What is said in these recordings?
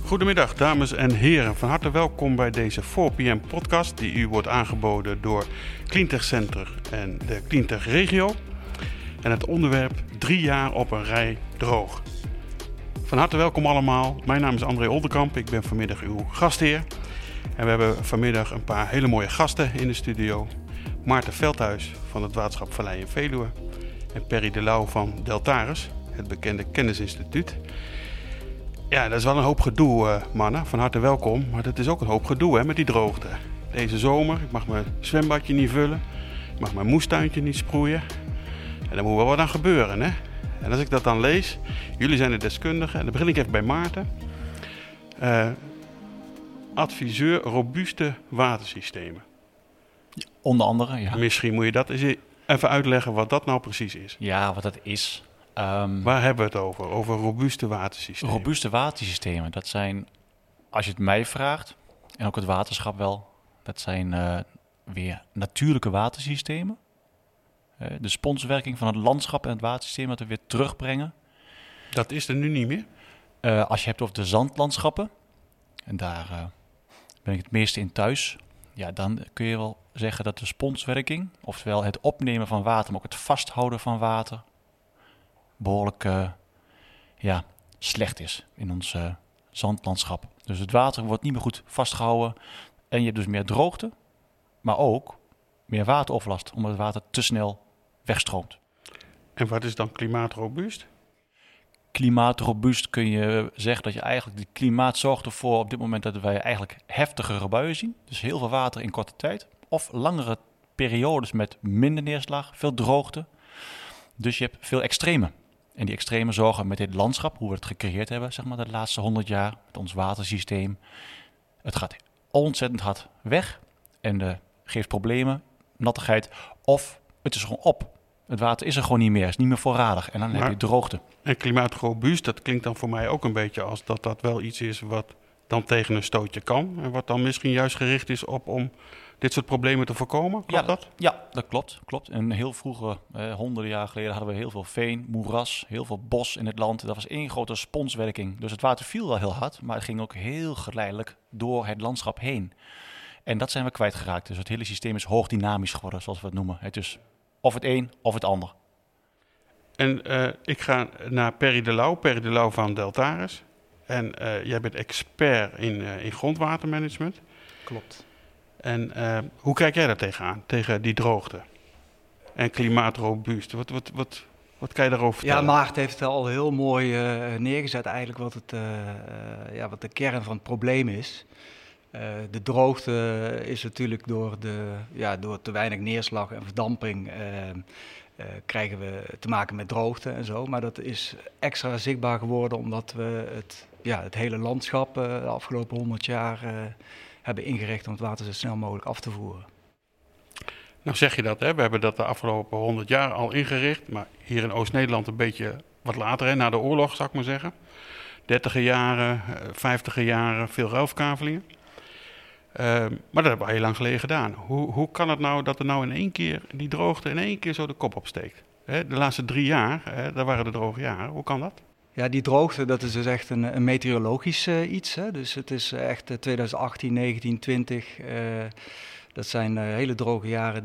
Goedemiddag dames en heren, van harte welkom bij deze 4PM podcast die u wordt aangeboden door Cleantech Center en de Cleantech Regio. En het onderwerp 3 jaar op een rij droog. Van harte welkom allemaal, mijn naam is André Oldenkamp, ik ben vanmiddag uw gastheer. En we hebben vanmiddag een paar hele mooie gasten in de studio. Maarten Veldhuis van het Waterschap Vallei en Veluwe en Perry de Lauw van Deltares, het bekende kennisinstituut. Ja, dat is wel een hoop gedoe, mannen. Van harte welkom. Maar dat is ook een hoop gedoe met die droogte. Deze zomer, ik mag mijn zwembadje niet vullen. Ik mag mijn moestuintje niet sproeien. En daar moet wel wat aan gebeuren, hè. En als ik dat dan lees, jullie zijn de deskundigen. En dan begin ik even bij Maarten. Adviseur robuuste watersystemen. Onder andere, ja. Misschien moet je dat eens even uitleggen wat dat nou precies is. Ja, wat dat is. Waar hebben we het over? Over robuuste watersystemen. Robuuste watersystemen, dat zijn, als je het mij vraagt, en ook het waterschap wel, dat zijn weer natuurlijke watersystemen. De sponswerking van het landschap en het watersysteem dat we weer terugbrengen. Dat is er nu niet meer? Als je hebt over de zandlandschappen, en daar ben ik het meeste in thuis, ja, dan kun je wel zeggen dat de sponswerking, oftewel het opnemen van water, maar ook het vasthouden van water, behoorlijk slecht is in ons zandlandschap. Dus het water wordt niet meer goed vastgehouden en je hebt dus meer droogte, maar ook meer wateroverlast, omdat het water te snel wegstroomt. En wat is dan klimaatrobuust? Klimaatrobuust kun je zeggen dat je eigenlijk, het klimaat zorgt ervoor op dit moment dat wij eigenlijk heftigere buien zien. Dus heel veel water in korte tijd. Of langere periodes met minder neerslag, veel droogte. Dus je hebt veel extremen. En die extremen zorgen met dit landschap, hoe we het gecreëerd hebben, zeg maar de laatste 100 jaar, met ons watersysteem. Het gaat ontzettend hard weg en geeft problemen, nattigheid, of het is gewoon op. Het water is er gewoon niet meer, is niet meer voorradig en dan heb je droogte. En klimaatrobuust, dat klinkt dan voor mij ook een beetje als dat wel iets is wat dan tegen een stootje kan. En wat dan misschien juist gericht is om dit soort problemen te voorkomen. Klopt dat? Ja, dat klopt. En heel vroeger, honderden jaar geleden, hadden we heel veel veen, moeras, heel veel bos in het land. Dat was één grote sponswerking. Dus het water viel wel heel hard, maar het ging ook heel geleidelijk door het landschap heen. En dat zijn we kwijtgeraakt. Dus het hele systeem is hoogdynamisch geworden, zoals we het noemen. Het is of het een of het ander. En ik ga naar Perry de Lauw van Deltares. En jij bent expert in grondwatermanagement. Klopt. En hoe kijk jij daar tegenaan, tegen die droogte? En klimaatrobuust, wat kan je daarover vertellen? Ja, Maarten heeft het al heel mooi neergezet eigenlijk wat de kern van het probleem is. De droogte is natuurlijk door te weinig neerslag en verdamping krijgen we te maken met droogte en zo. Maar dat is extra zichtbaar geworden omdat we het hele landschap de afgelopen 100 jaar hebben ingericht om het water zo snel mogelijk af te voeren. Nou zeg je dat, hè? We hebben dat de afgelopen 100 jaar al ingericht, maar hier in Oost-Nederland een beetje wat later, hè? Na de oorlog zou ik maar zeggen. 30er jaren, 50er jaren, veel ruilverkavelingen. Maar dat hebben we al heel lang geleden gedaan. Hoe kan het nou dat er nou in één keer die droogte in één keer zo de kop opsteekt? Hè? De laatste 3 jaar, daar waren de droge jaren. Hoe kan dat? Ja, die droogte, dat is dus echt een meteorologisch iets. Hè? Dus het is echt 2018, 19, 20. Dat zijn hele droge jaren.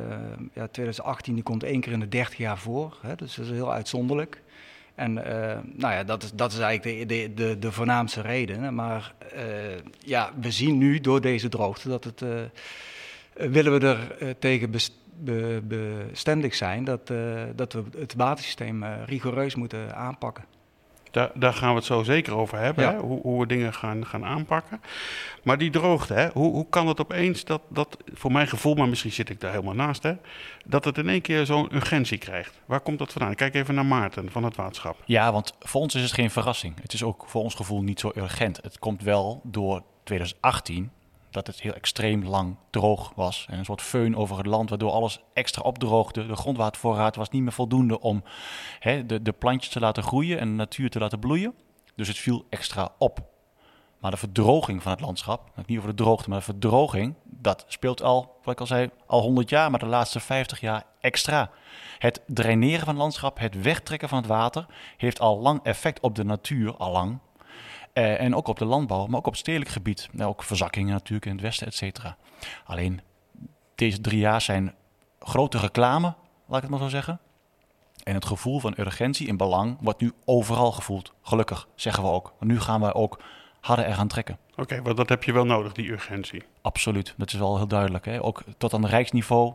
2018 die komt 1 keer in de 30 jaar voor. Hè? Dus dat is heel uitzonderlijk. En dat is eigenlijk de voornaamste reden. Maar we zien nu door deze droogte dat willen we er tegen bestendig zijn dat we het watersysteem rigoureus moeten aanpakken. Daar gaan we het zo zeker over hebben, ja. Hè? Hoe we dingen gaan aanpakken. Maar die droogte, hè? Hoe kan het opeens dat, voor mijn gevoel, maar misschien zit ik daar helemaal naast, hè, dat het in één keer zo'n urgentie krijgt? Waar komt dat vandaan? Kijk even naar Maarten van het waterschap. Ja, want voor ons is het geen verrassing. Het is ook voor ons gevoel niet zo urgent. Het komt wel door 2018... dat het heel extreem lang droog was. En een soort föhn over het land, waardoor alles extra opdroogde. De grondwatervoorraad was niet meer voldoende om de plantjes te laten groeien en de natuur te laten bloeien. Dus het viel extra op. Maar de verdroging van het landschap, niet over de droogte, maar de verdroging, dat speelt al, wat ik al zei, al 100 jaar, maar de laatste 50 jaar extra. Het draineren van het landschap, het wegtrekken van het water, heeft al lang effect op de natuur, al lang. En ook op de landbouw, maar ook op het stedelijk gebied. Ook verzakkingen natuurlijk in het westen, et cetera. Alleen, deze 3 jaar zijn grote reclame, laat ik het maar zo zeggen. En het gevoel van urgentie en belang wordt nu overal gevoeld. Gelukkig, zeggen we ook. Nu gaan we ook harder eraan trekken. Oké, want dat heb je wel nodig, die urgentie. Absoluut, dat is wel heel duidelijk. Hè? Ook tot aan het rijksniveau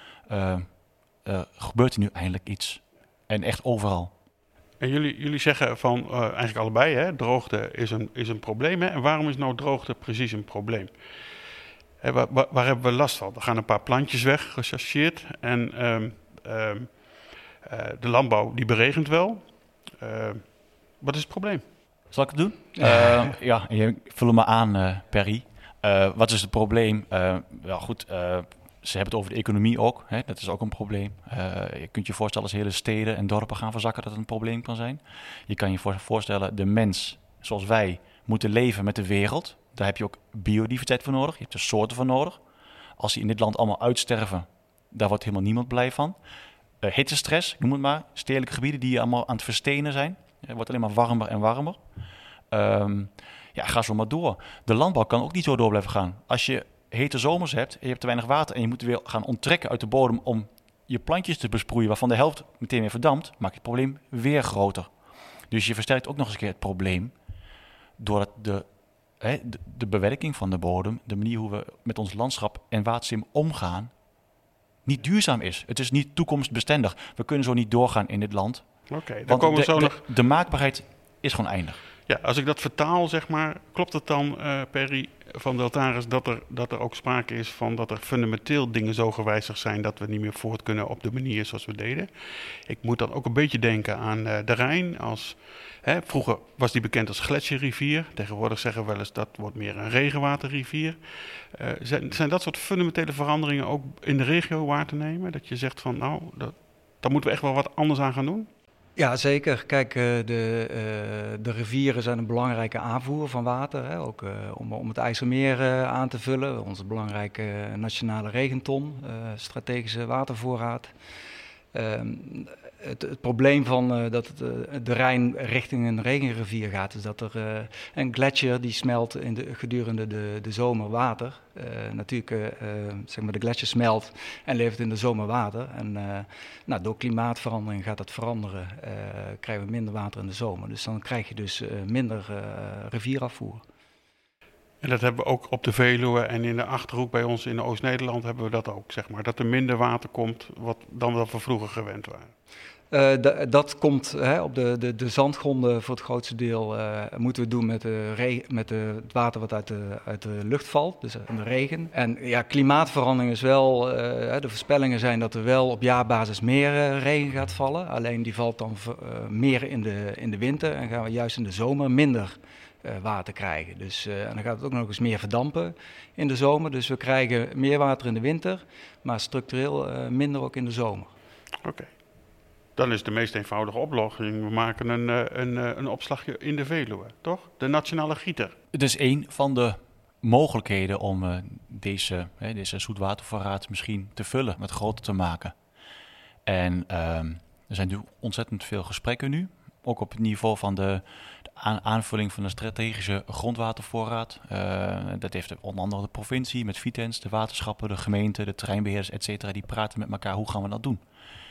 gebeurt er nu eindelijk iets. En echt overal. En jullie zeggen van eigenlijk allebei, hè, droogte is een probleem. Hè? En waarom is nou droogte precies een probleem? Hè, waar hebben we last van? Er gaan een paar plantjes weg, gechargeerd. En de landbouw, die beregent wel. Wat is het probleem? Zal ik het doen? Ja, vul me aan, Perry. Wat is het probleem? Goed, ze hebben het over de economie ook. Hè? Dat is ook een probleem. Je kunt je voorstellen als hele steden en dorpen gaan verzakken dat het een probleem kan zijn. Je kan je voorstellen, de mens, zoals wij, moeten leven met de wereld. Daar heb je ook biodiversiteit voor nodig. Je hebt er soorten voor nodig. Als die in dit land allemaal uitsterven, daar wordt helemaal niemand blij van. Hittestress, noem het maar. Stedelijke gebieden die allemaal aan het verstenen zijn. Het wordt alleen maar warmer en warmer. Ga zo maar door. De landbouw kan ook niet zo door blijven gaan. Als je hete zomers hebt en je hebt te weinig water en je moet weer gaan onttrekken uit de bodem om je plantjes te besproeien, waarvan de helft meteen weer verdampt, maakt het probleem weer groter. Dus je versterkt ook nog eens een keer het probleem doordat de bewerking van de bodem, de manier hoe we met ons landschap en watersysteem omgaan, niet duurzaam is. Het is niet toekomstbestendig. We kunnen zo niet doorgaan in dit land. Oké, dan komen we zo nog. De maakbaarheid is gewoon eindig. Ja, als ik dat vertaal, zeg maar, klopt het dan, Perry van Deltares, dat er ook sprake is van dat er fundamenteel dingen zo gewijzigd zijn dat we niet meer voort kunnen op de manier zoals we deden? Ik moet dan ook een beetje denken aan de Rijn. Vroeger was die bekend als gletsjerrivier. Tegenwoordig zeggen we wel eens dat wordt meer een regenwaterrivier. Zijn dat soort fundamentele veranderingen ook in de regio waar te nemen? Dat je zegt van daar moeten we echt wel wat anders aan gaan doen? Ja, zeker. Kijk, de rivieren zijn een belangrijke aanvoer van water. Hè? Ook om het IJsselmeer aan te vullen. Onze belangrijke nationale regenton, strategische watervoorraad. Het probleem van dat de Rijn richting een regenrivier gaat, is dat er een gletsjer die smelt gedurende de zomer water. Natuurlijk, zeg maar de gletsjer smelt en levert in de zomer water. En door klimaatverandering gaat dat veranderen. Krijgen we minder water in de zomer. Dus dan krijg je dus minder rivierafvoer. En dat hebben we ook op de Veluwe en in de Achterhoek bij ons in Oost-Nederland hebben we dat ook, zeg maar. Dat er minder water komt dan dat we vroeger gewend waren. Dat komt op de zandgronden voor het grootste deel moeten we doen met het water wat uit de lucht valt, dus de regen. En ja, klimaatverandering is wel, de voorspellingen zijn dat er wel op jaarbasis meer regen gaat vallen. Alleen die valt dan meer in de winter en gaan we juist in de zomer minder water krijgen. Dus, en dan gaat het ook nog eens meer verdampen in de zomer. Dus we krijgen meer water in de winter, maar structureel minder ook in de zomer. Oké. Dan is de meest eenvoudige oplossing. We maken een opslagje in de Veluwe, toch? De nationale gieter. Het is een van de mogelijkheden om deze zoetwatervoorraad misschien te vullen, met groter te maken. En er zijn nu ontzettend veel gesprekken nu. Ook op het niveau van de aanvulling van de strategische grondwatervoorraad. Dat heeft onder andere de provincie met Vitens, de waterschappen, de gemeente, de terreinbeheerders, et cetera. Die praten met elkaar, hoe gaan we dat doen?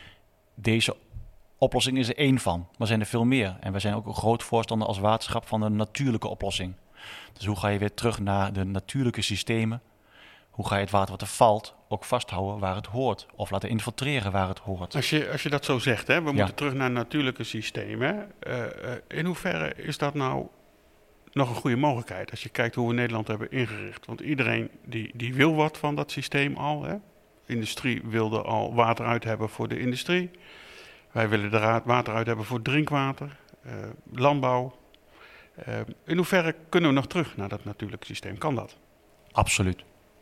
Deze oplossing is er één van, maar zijn er veel meer. En wij zijn ook een groot voorstander als waterschap van een natuurlijke oplossing. Dus hoe ga je weer terug naar de natuurlijke systemen? Hoe ga je het water wat er valt ook vasthouden waar het hoort? Of laten infiltreren waar het hoort? Als je dat zo zegt, hè, we moeten terug naar natuurlijke systemen. In hoeverre is dat nou nog een goede mogelijkheid? Als je kijkt hoe we Nederland hebben ingericht. Want iedereen die wil wat van dat systeem al. Hè? De industrie wilde al water uit hebben voor de industrie. Wij willen er water uit hebben voor drinkwater, landbouw. In hoeverre kunnen we nog terug naar dat natuurlijke systeem? Kan dat? Absoluut.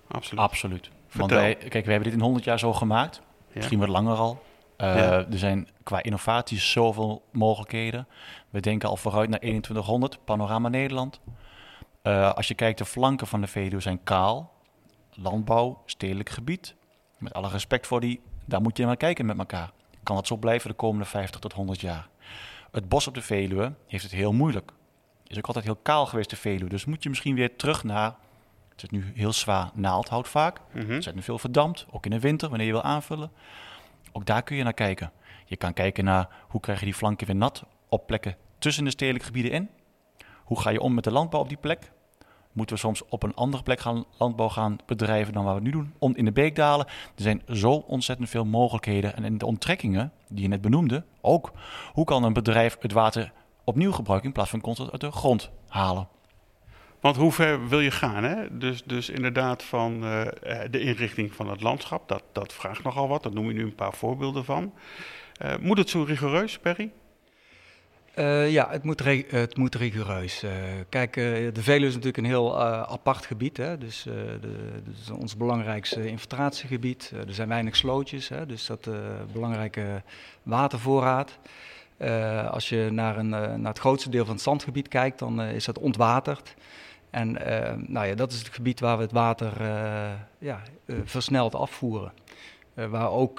Want we hebben dit in 100 jaar zo gemaakt. Ja. Misschien wat langer al. Er zijn qua innovaties zoveel mogelijkheden. We denken al vooruit naar 2100, Panorama Nederland. Als je kijkt, de flanken van de Veluwe zijn kaal. Landbouw, stedelijk gebied. Met alle respect voor daar moet je naar kijken met elkaar. Kan dat zo blijven de komende 50 tot 100 jaar? Het bos op de Veluwe heeft het heel moeilijk. is ook altijd heel kaal geweest, de Veluwe. Dus moet je misschien weer terug naar... Het is nu heel zwaar naaldhout vaak. Er zit nu veel verdampt, ook in de winter, wanneer je wil aanvullen. Ook daar kun je naar kijken. Je kan kijken naar hoe krijg je die flanken weer nat op plekken tussen de stedelijke gebieden in. Hoe ga je om met de landbouw op die plek? Moeten we soms op een andere plek landbouw gaan bedrijven dan waar we het nu doen? In de beekdalen. Er zijn zo ontzettend veel mogelijkheden. En in de onttrekkingen, die je net benoemde, ook. Hoe kan een bedrijf het water opnieuw gebruiken in plaats van constant uit de grond halen? Want hoe ver wil je gaan? Hè? Dus inderdaad van de inrichting van het landschap, dat vraagt nogal wat. Daar noem je nu een paar voorbeelden van. Moet het zo rigoureus, Perry? Ja, het moet rigoureus. Kijk, de Veluwe is natuurlijk een heel apart gebied. Hè? Dus dat is ons belangrijkste infiltratiegebied. Er zijn weinig slootjes, hè? Dus dat belangrijke watervoorraad. Als je naar het grootste deel van het zandgebied kijkt, dan is dat ontwaterd. En dat is het gebied waar we het water versneld afvoeren. Waar ook...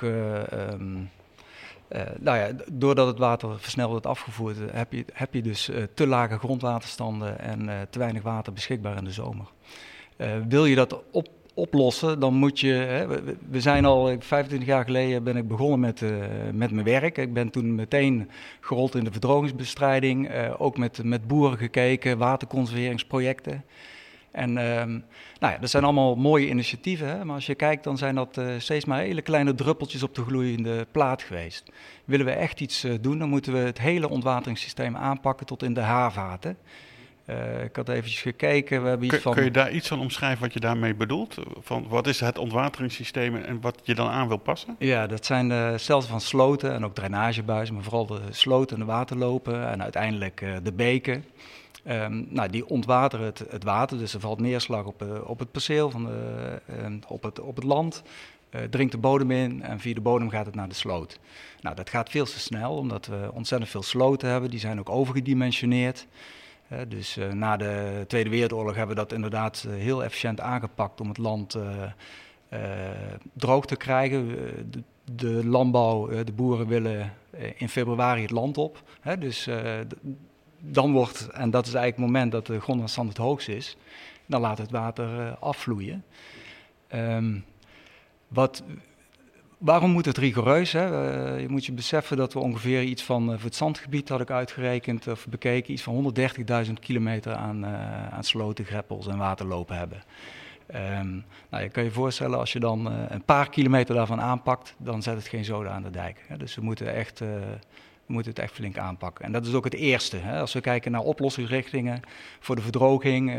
doordat het water versneld wordt afgevoerd, heb je dus te lage grondwaterstanden en te weinig water beschikbaar in de zomer. Wil je dat oplossen, dan moet je... We zijn al 25 jaar geleden ben ik begonnen met mijn werk. Ik ben toen meteen gerold in de verdrogingsbestrijding. Ook met boeren gekeken, waterconserveringsprojecten. En dat zijn allemaal mooie initiatieven, hè? Maar als je kijkt, dan zijn dat steeds maar hele kleine druppeltjes op de gloeiende plaat geweest. Willen we echt iets doen, dan moeten we het hele ontwateringssysteem aanpakken tot in de haarvaten. Ik had eventjes gekeken, we hebben iets van... Kun je daar iets van omschrijven wat je daarmee bedoelt? Van wat is het ontwateringssysteem en wat je dan aan wil passen? Ja, dat zijn de stelsen van sloten en ook drainagebuizen, maar vooral de sloten en de waterlopen en uiteindelijk de beken. Die ontwateren het water, dus er valt neerslag op het perceel, op het land, dringt de bodem in en via de bodem gaat het naar de sloot. Nou, dat gaat veel te snel, omdat we ontzettend veel sloten hebben, die zijn ook overgedimensioneerd. Dus na de Tweede Wereldoorlog hebben we dat inderdaad heel efficiënt aangepakt om het land droog te krijgen. De landbouw, de boeren willen in februari het land op, dus... Dan wordt, en dat is eigenlijk het moment dat de grondwaterstand het hoogst is, dan laat het water afvloeien. Waarom moet het rigoureus? Hè? Je moet je beseffen dat we ongeveer iets van, voor het zandgebied had ik uitgerekend of bekeken, iets van 130.000 kilometer aan sloten, greppels en waterlopen hebben. Je kan je voorstellen, als je dan een paar kilometer daarvan aanpakt, dan zet het geen zoden aan de dijk. Hè? Dus we moeten het echt flink aanpakken. En dat is ook het eerste. Hè? Als we kijken naar oplossingsrichtingen voor de verdroging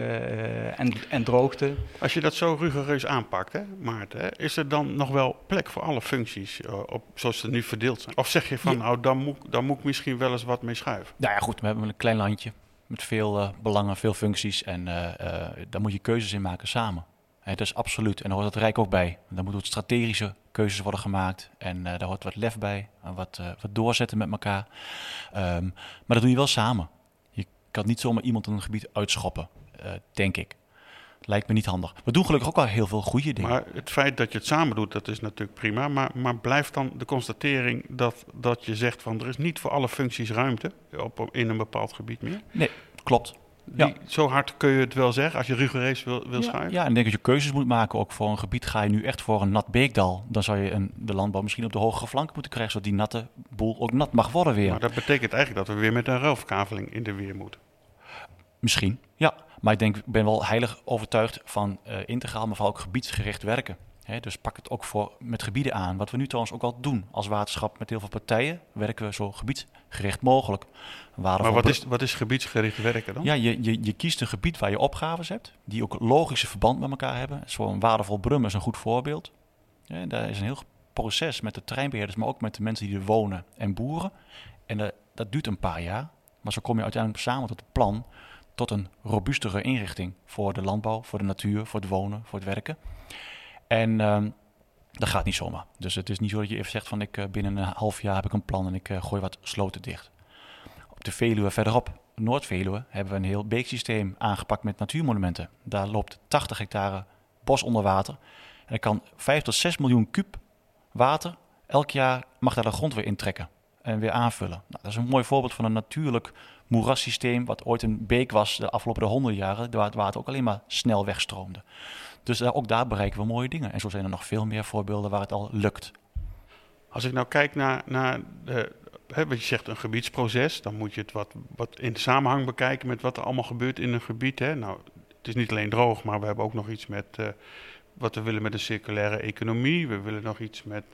en droogte. Als je dat zo rigoureus aanpakt, hè, Maarten, hè, is er dan nog wel plek voor alle functies zoals ze nu verdeeld zijn? Of zeg je van, dan moet ik misschien wel eens wat mee schuiven? Nou ja, goed, we hebben een klein landje met veel belangen, veel functies. En daar moet je keuzes in maken samen. Dat is absoluut. En daar hoort het Rijk ook bij. Dan moeten strategische keuzes worden gemaakt. En daar hoort wat lef bij. En wat doorzetten met elkaar. Maar dat doe je wel samen. Je kan niet zomaar iemand in een gebied uitschoppen, denk ik. Lijkt me niet handig. We doen gelukkig ook wel heel veel goede dingen. Maar het feit dat je het samen doet, dat is natuurlijk prima. Maar blijft dan de constatering dat je zegt van er is niet voor alle functies ruimte in een bepaald gebied meer? Nee, klopt. Ja. Zo hard kun je het wel zeggen als je rigoureus wil schuiven? Ja, en ik denk dat je keuzes moet maken. Ook voor een gebied ga je nu echt voor een nat beekdal. Dan zou je de landbouw misschien op de hogere flanken moeten krijgen, zodat die natte boel ook nat mag worden weer. Maar dat betekent eigenlijk dat we weer met een ruilverkaveling in de weer moeten. Misschien, ja. Maar ik ben wel heilig overtuigd van integraal, maar vooral ook gebiedsgericht werken. Dus pak het ook met gebieden aan. Wat we nu trouwens ook al doen als waterschap met heel veel partijen, werken we zo gebiedsgericht mogelijk. Maar wat is gebiedsgericht werken dan? Ja, je kiest een gebied waar je opgaves hebt, die ook logische verband met elkaar hebben. Zo'n Waardevol Brummen is een goed voorbeeld. Ja, daar is een heel proces met de terreinbeheerders, maar ook met de mensen die er wonen en boeren. En dat duurt een paar jaar, maar zo kom je uiteindelijk samen tot een plan, tot een robuustere inrichting voor de landbouw, voor de natuur, voor het wonen, voor het werken. En dat gaat niet zomaar. Dus het is niet zo dat je even zegt van binnen een half jaar heb ik een plan en ik gooi wat sloten dicht. Op de Veluwe verderop, Noord-Veluwe, hebben we een heel beeksysteem aangepakt met natuurmonumenten. Daar loopt 80 hectare bos onder water. En er kan 5 tot 6 miljoen kuub water elk jaar mag daar de grond weer intrekken. en weer aanvullen. Nou, dat is een mooi voorbeeld van een natuurlijk moerassysteem, wat ooit een beek was de afgelopen 100 jaren, waar het water ook alleen maar snel wegstroomde. Dus ook daar bereiken we mooie dingen. En zo zijn er nog veel meer voorbeelden waar het al lukt. Als ik nou kijk naar wat je zegt, een gebiedsproces, dan moet je het wat in samenhang bekijken met wat er allemaal gebeurt in een gebied. Hè. Nou, het is niet alleen droog, maar we hebben ook nog iets met wat we willen met een circulaire economie. We willen nog iets met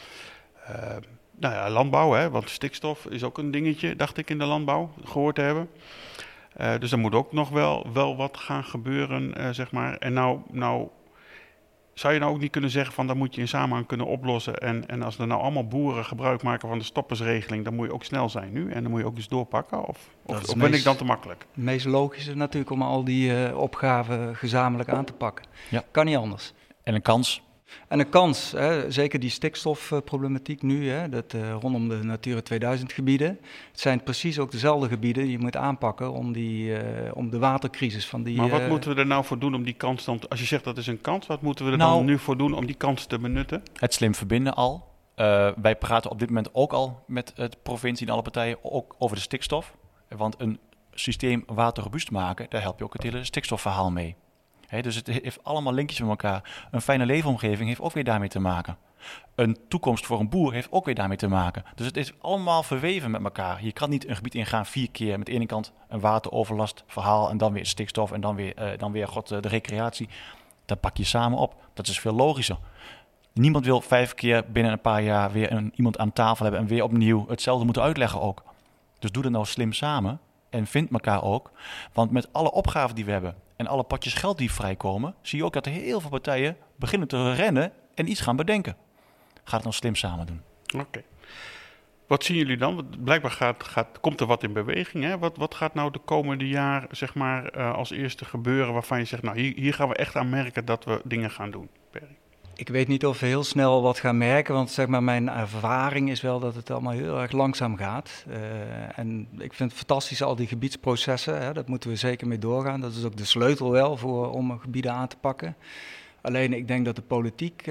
landbouw, hè, want stikstof is ook een dingetje, dacht ik, in de landbouw gehoord te hebben. Dus er moet ook nog wel wat gaan gebeuren, zeg maar. En nou zou je nou ook niet kunnen zeggen van dat moet je in samenhang kunnen oplossen. En als er nou allemaal boeren gebruik maken van de stoppersregeling, dan moet je ook snel zijn nu. En dan moet je ook eens doorpakken. Of ben ik dan te makkelijk? Het meest logische natuurlijk om al die opgaven gezamenlijk aan te pakken. Ja. Kan niet anders. En een kans. En een kans, hè, zeker die stikstofproblematiek nu, hè, rondom de Natura 2000 gebieden. Het zijn precies ook dezelfde gebieden die je moet aanpakken om de watercrisis van die... Maar wat moeten we er nou voor doen om die kans dan... Als je zegt dat is een kans, wat moeten we er dan nu voor doen om die kans te benutten? Het slim verbinden al. Wij praten op dit moment ook al met de provincie en alle partijen ook over de stikstof. Want een systeem waterrobuust maken, daar help je ook het hele stikstofverhaal mee. Dus het heeft allemaal linkjes met elkaar. Een fijne leefomgeving heeft ook weer daarmee te maken. Een toekomst voor een boer heeft ook weer daarmee te maken. Dus het is allemaal verweven met elkaar. Je kan niet een gebied ingaan 4 keer. Met de ene kant een wateroverlast verhaal en dan weer stikstof en dan weer de recreatie. Dat pak je samen op. Dat is veel logischer. Niemand wil 5 keer binnen een paar jaar weer iemand aan tafel hebben en weer opnieuw hetzelfde moeten uitleggen ook. Dus doe dat nou slim samen en vind elkaar ook. Want met alle opgaven die we hebben en alle potjes geld die vrijkomen, zie je ook dat er heel veel partijen beginnen te rennen en iets gaan bedenken. Ga het nou slim samen doen. Oké. Wat zien jullie dan? Blijkbaar komt er wat in beweging. Hè? Wat gaat nou de komende jaar zeg maar, als eerste gebeuren waarvan je zegt, nou hier gaan we echt aan merken dat we dingen gaan doen, Perry? Ik weet niet of we heel snel wat gaan merken, want zeg maar, mijn ervaring is wel dat het allemaal heel erg langzaam gaat. En ik vind het fantastisch, al die gebiedsprocessen, hè, daar moeten we zeker mee doorgaan. Dat is ook de sleutel wel om gebieden aan te pakken. Alleen ik denk dat de politiek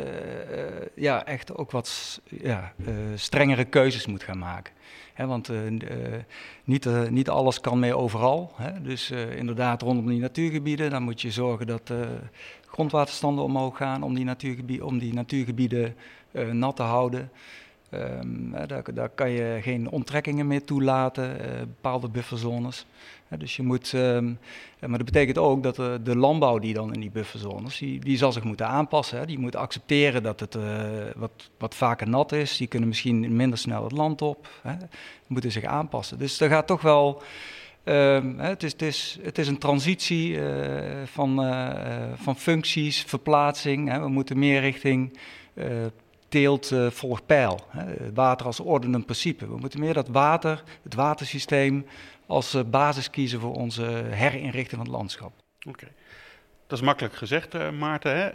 echt ook wat strengere keuzes moet gaan maken. Want niet alles kan meer overal. Hè? Dus inderdaad rondom die natuurgebieden, dan moet je zorgen dat grondwaterstanden omhoog gaan om die natuurgebieden nat te houden. Daar kan je geen onttrekkingen meer toelaten, bepaalde bufferzones. Dus je moet, maar dat betekent ook dat de landbouw die dan in die bufferzones, die zal zich moeten aanpassen. Hè. Die moet accepteren dat het wat vaker nat is. Die kunnen misschien minder snel het land op. Hè. Die moeten zich aanpassen. Dus er gaat toch wel... Het is een transitie van functies, verplaatsing. Hè. We moeten meer richting teelt volgt peil. Hè. Water als ordenend principe. We moeten meer het watersysteem als basis kiezen voor onze herinrichting van het landschap. Oké. Dat is makkelijk gezegd, Maarten. Hè?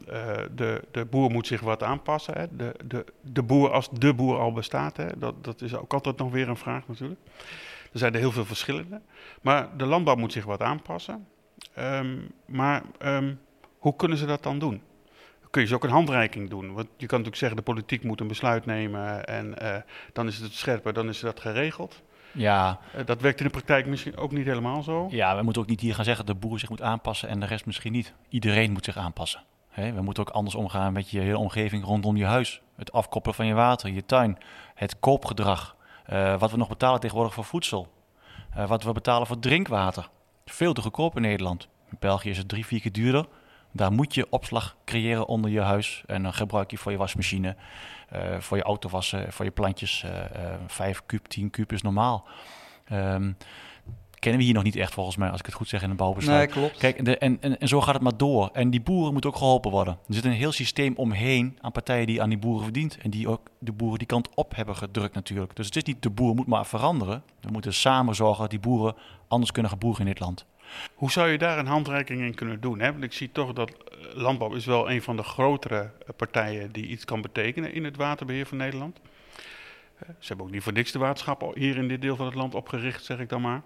De boer moet zich wat aanpassen. Hè? De boer als de boer al bestaat. Hè? Dat is ook altijd nog weer een vraag natuurlijk. Er zijn er heel veel verschillende. Maar de landbouw moet zich wat aanpassen. Maar hoe kunnen ze dat dan doen? Kun je ze ook een handreiking doen? Want je kan natuurlijk zeggen, de politiek moet een besluit nemen en dan is het scherper, dan is dat geregeld. Ja. Dat werkt in de praktijk misschien ook niet helemaal zo. Ja, we moeten ook niet hier gaan zeggen dat de boer zich moet aanpassen en de rest misschien niet. Iedereen moet zich aanpassen. We moeten ook anders omgaan met je hele omgeving rondom je huis. Het afkoppelen van je water, je tuin, het koopgedrag. Wat we nog betalen tegenwoordig voor voedsel. Wat we betalen voor drinkwater. Veel te goedkoop in Nederland. In België is het 3-4 keer duurder. Daar moet je opslag creëren onder je huis. En dan gebruik je voor je wasmachine, voor je auto wassen, voor je plantjes. 5 kuub, 10 kuub is normaal. Kennen we hier nog niet echt volgens mij, als ik het goed zeg in een bouwbesluit. Nee, klopt. Kijk, en zo gaat het maar door. En die boeren moeten ook geholpen worden. Er zit een heel systeem omheen aan partijen die aan die boeren verdient. En die ook de boeren die kant op hebben gedrukt natuurlijk. Dus het is niet de boer moet maar veranderen. We moeten samen zorgen dat die boeren anders kunnen gaan boeren in dit land. Hoe zou je daar een handreiking in kunnen doen? Hè? Want ik zie toch dat landbouw is wel een van de grotere partijen die iets kan betekenen in het waterbeheer van Nederland. Ze hebben ook niet voor niks de waterschappen hier in dit deel van het land opgericht, zeg ik dan maar.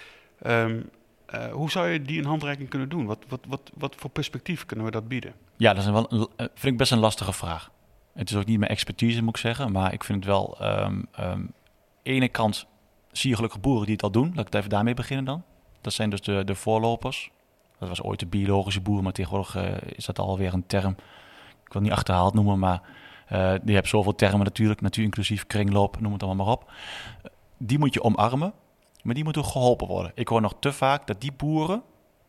Hoe zou je die een handreiking kunnen doen? Wat voor perspectief kunnen we dat bieden? Ja, dat is vind ik best een lastige vraag. Het is ook niet mijn expertise, moet ik zeggen. Maar ik vind het wel... ene kant zie je gelukkig boeren die het al doen. Laat ik het even daarmee beginnen dan. Dat zijn dus de voorlopers. Dat was ooit de biologische boer, maar tegenwoordig is dat alweer een term. Ik wil het niet achterhaald noemen, maar die hebt zoveel termen natuurlijk. Natuur inclusief, kringloop, noem het allemaal maar op. Die moet je omarmen, maar die moeten geholpen worden. Ik hoor nog te vaak dat die boeren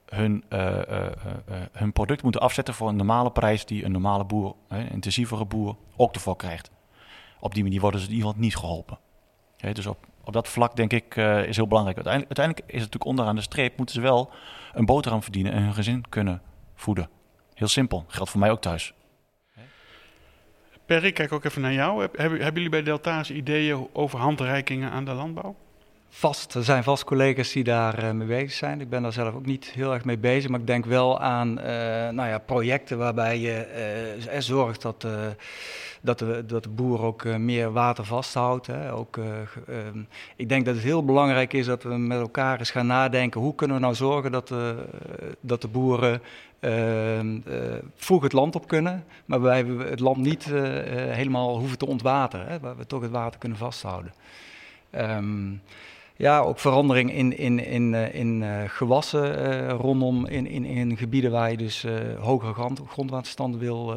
hun product moeten afzetten voor een normale prijs die een normale boer, een intensievere boer, ook ervoor krijgt. Op die manier worden ze in ieder geval niet geholpen. Dus op dat vlak denk ik is heel belangrijk. Uiteindelijk is het natuurlijk onderaan de streep, moeten ze wel een boterham verdienen en hun gezin kunnen voeden. Heel simpel. Geldt voor mij ook thuis. Perry, kijk ook even naar jou. Hebben jullie bij Delta's ideeën over handreikingen aan de landbouw? Er zijn vast collega's die daar mee bezig zijn. Ik ben daar zelf ook niet heel erg mee bezig, maar ik denk wel aan projecten waarbij je zorgt dat de boer ook meer water vasthoudt. Hè. Ik denk dat het heel belangrijk is dat we met elkaar eens gaan nadenken, hoe kunnen we nou zorgen dat de boeren vroeg het land op kunnen, maar waarbij we het land niet helemaal hoeven te ontwateren, hè, waar we toch het water kunnen vasthouden. Ook verandering in gewassen rondom in gebieden waar je dus hogere grondwaterstanden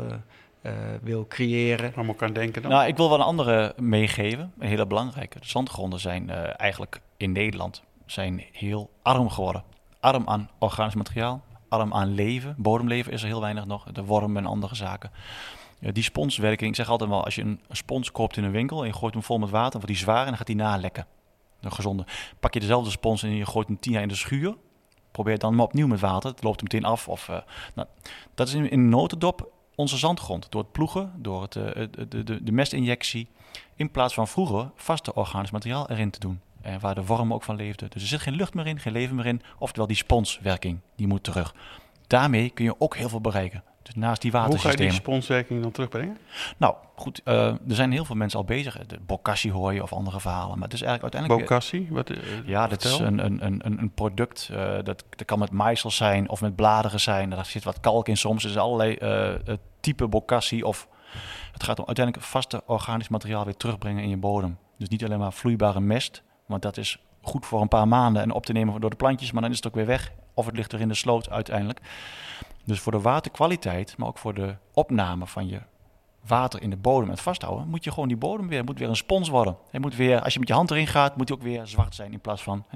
wil creëren. Waar moet ik aan denken dan? Nou, ik wil wel een andere meegeven, een hele belangrijke. De zandgronden zijn eigenlijk in Nederland heel arm geworden. Arm aan organisch materiaal, arm aan leven. Bodemleven is er heel weinig nog, de wormen en andere zaken. Die sponswerking, ik zeg altijd wel, als je een spons koopt in een winkel en je gooit hem vol met water, dan wordt die zwaar en dan gaat die nalekken. Een gezonde. Pak je dezelfde spons en je gooit hem 10 jaar in de schuur. Probeer het dan maar opnieuw met water. Het loopt er meteen af. Dat is in een notendop onze zandgrond. Door het ploegen, door de mestinjectie. In plaats van vroeger vaste organisch materiaal erin te doen. Waar de wormen ook van leefden. Dus er zit geen lucht meer in, geen leven meer in. Oftewel die sponswerking, die moet terug. Daarmee kun je ook heel veel bereiken. Dus naast die watersystemen. Hoe ga je die sponswerking dan terugbrengen? Nou, goed, er zijn heel veel mensen al bezig. De bokashi hoor je of andere verhalen. Maar het is eigenlijk uiteindelijk... Bokashi? Dat is een product. Dat kan met maaisels zijn of met bladeren zijn. Daar zit wat kalk in soms. Er is allerlei type bokashi. Of het gaat om uiteindelijk vaste organisch materiaal weer terugbrengen in je bodem. Dus niet alleen maar vloeibare mest. Want dat is goed voor een paar maanden en op te nemen door de plantjes. Maar dan is het ook weer weg. Of het ligt er in de sloot uiteindelijk. Dus voor de waterkwaliteit, maar ook voor de opname van je water in de bodem en het vasthouden, moet je gewoon die bodem weer, moet weer een spons worden. Hij moet weer, als je met je hand erin gaat, moet hij ook weer zwart zijn in plaats van...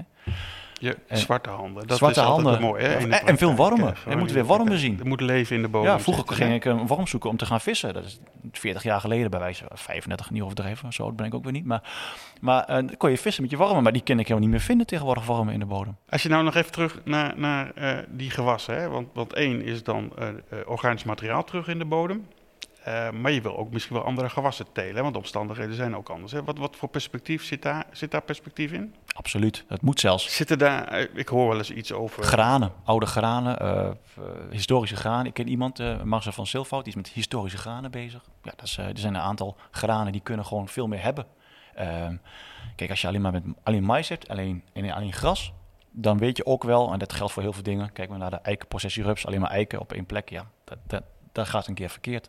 zwarte handen. Dat zwarte is handen. Mooi, hè? En veel wormen. Je moet weer wormen zien. Er moet leven in de bodem. Ja, vroeger ging ik een worm zoeken om te gaan vissen. Dat is 40 jaar geleden bij wijze van 35 niet overdreven. Zo oud ben ik ook weer niet. Maar dan kon je vissen met je wormen. Maar die kan ik helemaal niet meer vinden tegenwoordig, wormen in de bodem. Als je nou nog even terug naar die gewassen. Hè? Want één is dan organisch materiaal terug in de bodem. Maar je wil ook misschien wel andere gewassen telen, hè? Want de omstandigheden zijn ook anders. Hè? Wat voor perspectief zit daar perspectief in? Absoluut, dat moet zelfs. Zitten daar, ik hoor wel eens iets over... Granen, oude granen, historische granen. Ik ken iemand, Marcel van Silvoud, die is met historische granen bezig. Ja, er zijn een aantal granen die kunnen gewoon veel meer hebben. Kijk, als je alleen mais hebt, alleen gras, dan weet je ook wel, en dat geldt voor heel veel dingen. Kijk maar naar de eikenprocessierups, alleen maar eiken op één plek. Ja, dat gaat een keer verkeerd.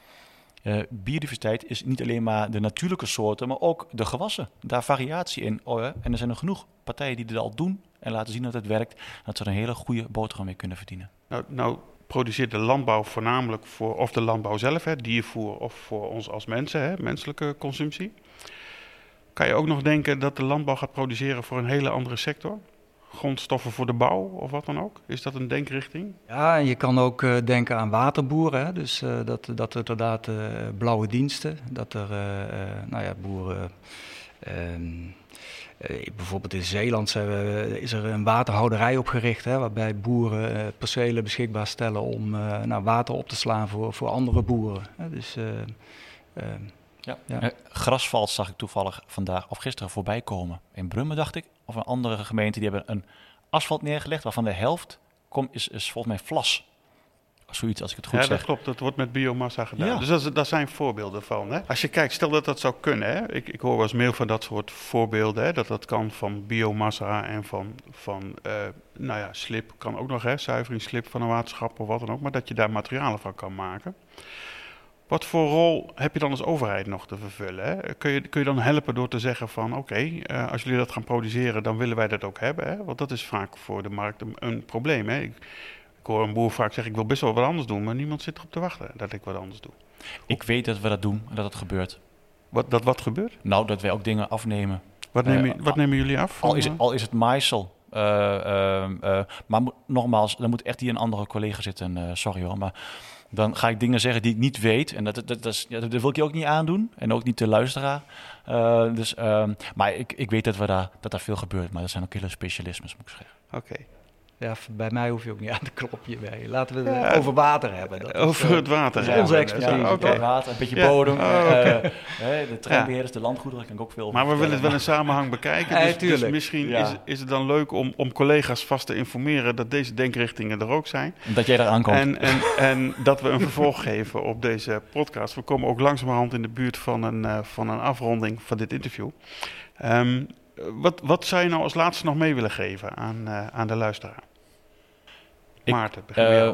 Biodiversiteit is niet alleen maar de natuurlijke soorten, maar ook de gewassen. Daar variatie in. En er zijn er genoeg partijen die dit al doen en laten zien dat het werkt. Dat ze er een hele goede boterham mee kunnen verdienen. Nou produceert de landbouw voornamelijk voor, of de landbouw zelf, hè, diervoer, of voor ons als mensen, hè, menselijke consumptie. Kan je ook nog denken dat de landbouw gaat produceren voor een hele andere sector? Grondstoffen voor de bouw of wat dan ook? Is dat een denkrichting? Ja, en je kan ook denken aan waterboeren. Hè? Dus dat er inderdaad blauwe diensten, dat er boeren... bijvoorbeeld in Zeeland is er een waterhouderij opgericht, hè, waarbij boeren percelen beschikbaar stellen om water op te slaan voor andere boeren. Hè? Dus, Grasvalt zag ik toevallig vandaag of gisteren voorbij komen. In Brummen dacht ik, of een andere gemeente, die hebben een asfalt neergelegd waarvan de helft is volgens mij vlas. Zoiets, als ik het goed zeg. Ja, dat klopt. Dat wordt met biomassa gedaan. Ja. Dus daar zijn voorbeelden van. Hè? Als je kijkt, stel dat dat zou kunnen. Hè? Ik hoor wel eens meer van dat soort voorbeelden. Hè? Dat kan van biomassa en van slip. Kan ook nog, hè? Zuivering, slip van een waterschap of wat dan ook. Maar dat je daar materialen van kan maken. Wat voor rol heb je dan als overheid nog te vervullen? Hè? Kun je dan helpen door te zeggen van oké, als jullie dat gaan produceren, dan willen wij dat ook hebben. Hè? Want dat is vaak voor de markt een probleem. Hè? Ik hoor een boer vaak zeggen, ik wil best wel wat anders doen, maar niemand zit erop te wachten dat ik wat anders doe. Ik weet dat we dat doen en dat het gebeurt. Wat gebeurt? Nou, dat wij ook dingen afnemen. Wat nemen jullie af? Al is het maaisel. Maar nogmaals, dan moet echt hier een andere collega zitten. Sorry hoor, maar dan ga ik dingen zeggen die ik niet weet. En dat wil ik je ook niet aandoen. En ook niet de luisteraar. Maar ik weet dat daar veel gebeurt. Maar dat zijn ook hele specialismes, moet ik zeggen. Oké. Ja, bij mij hoef je ook niet aan te kloppen hierbij. Laten we het over water hebben. Dat over het water. Dat is onze expertise. Ja, okay. Water, een beetje bodem. De treinbeheerders, de landgoederen, kan ik ook veel over. Maar we willen het wel in samenhang bekijken. Dus misschien is het dan leuk om collega's vast te informeren dat deze denkrichtingen er ook zijn. Dat jij daar aankomt. En dat we een vervolg geven op deze podcast. We komen ook langzamerhand in de buurt van een afronding van dit interview. Wat zou je nou als laatste nog mee willen geven aan de luisteraar? Maarten, begin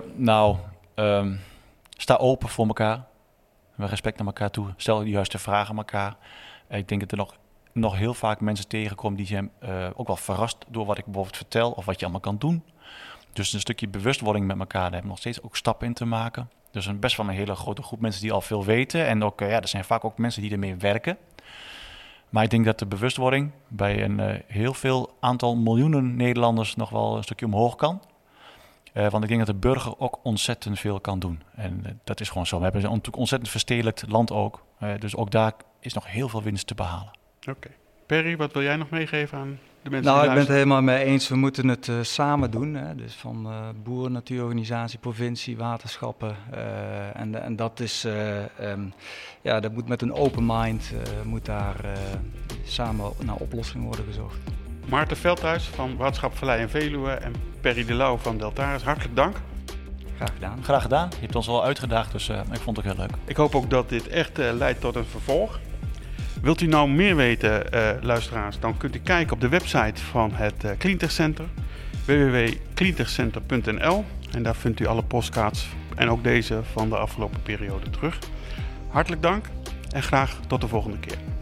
sta open voor elkaar. Met respect naar elkaar toe. Stel de juiste vragen aan elkaar. Ik denk dat er nog heel vaak mensen tegenkomen die zijn ook wel verrast door wat ik bijvoorbeeld vertel of wat je allemaal kan doen. Dus een stukje bewustwording met elkaar. Daar hebben we nog steeds ook stappen in te maken. Dus best wel een hele grote groep mensen die al veel weten. En ook, er zijn vaak ook mensen die ermee werken. Maar ik denk dat de bewustwording bij een heel veel aantal miljoenen Nederlanders nog wel een stukje omhoog kan. Want ik denk dat de burger ook ontzettend veel kan doen. En dat is gewoon zo. We hebben natuurlijk ontzettend verstedelijkt land ook. Dus ook daar is nog heel veel winst te behalen. Oké. Perry, wat wil jij nog meegeven aan de mensen die ik ben het helemaal mee eens. We moeten het samen doen. Hè? Dus van boeren, natuurorganisatie, provincie, waterschappen. En dat is... dat moet met een open mind moet daar samen naar oplossingen worden gezocht. Maarten Veldhuis van Waterschap Vallei en Veluwe en Perry de Lauw van Deltares, hartelijk dank. Graag gedaan. Graag gedaan. Je hebt ons wel uitgedaagd, dus ik vond het ook heel leuk. Ik hoop ook dat dit echt leidt tot een vervolg. Wilt u nou meer weten, luisteraars, dan kunt u kijken op de website van het Cleantech Center, www.cleantechcenter.nl. En daar vindt u alle postkaarts en ook deze van de afgelopen periode terug. Hartelijk dank en graag tot de volgende keer.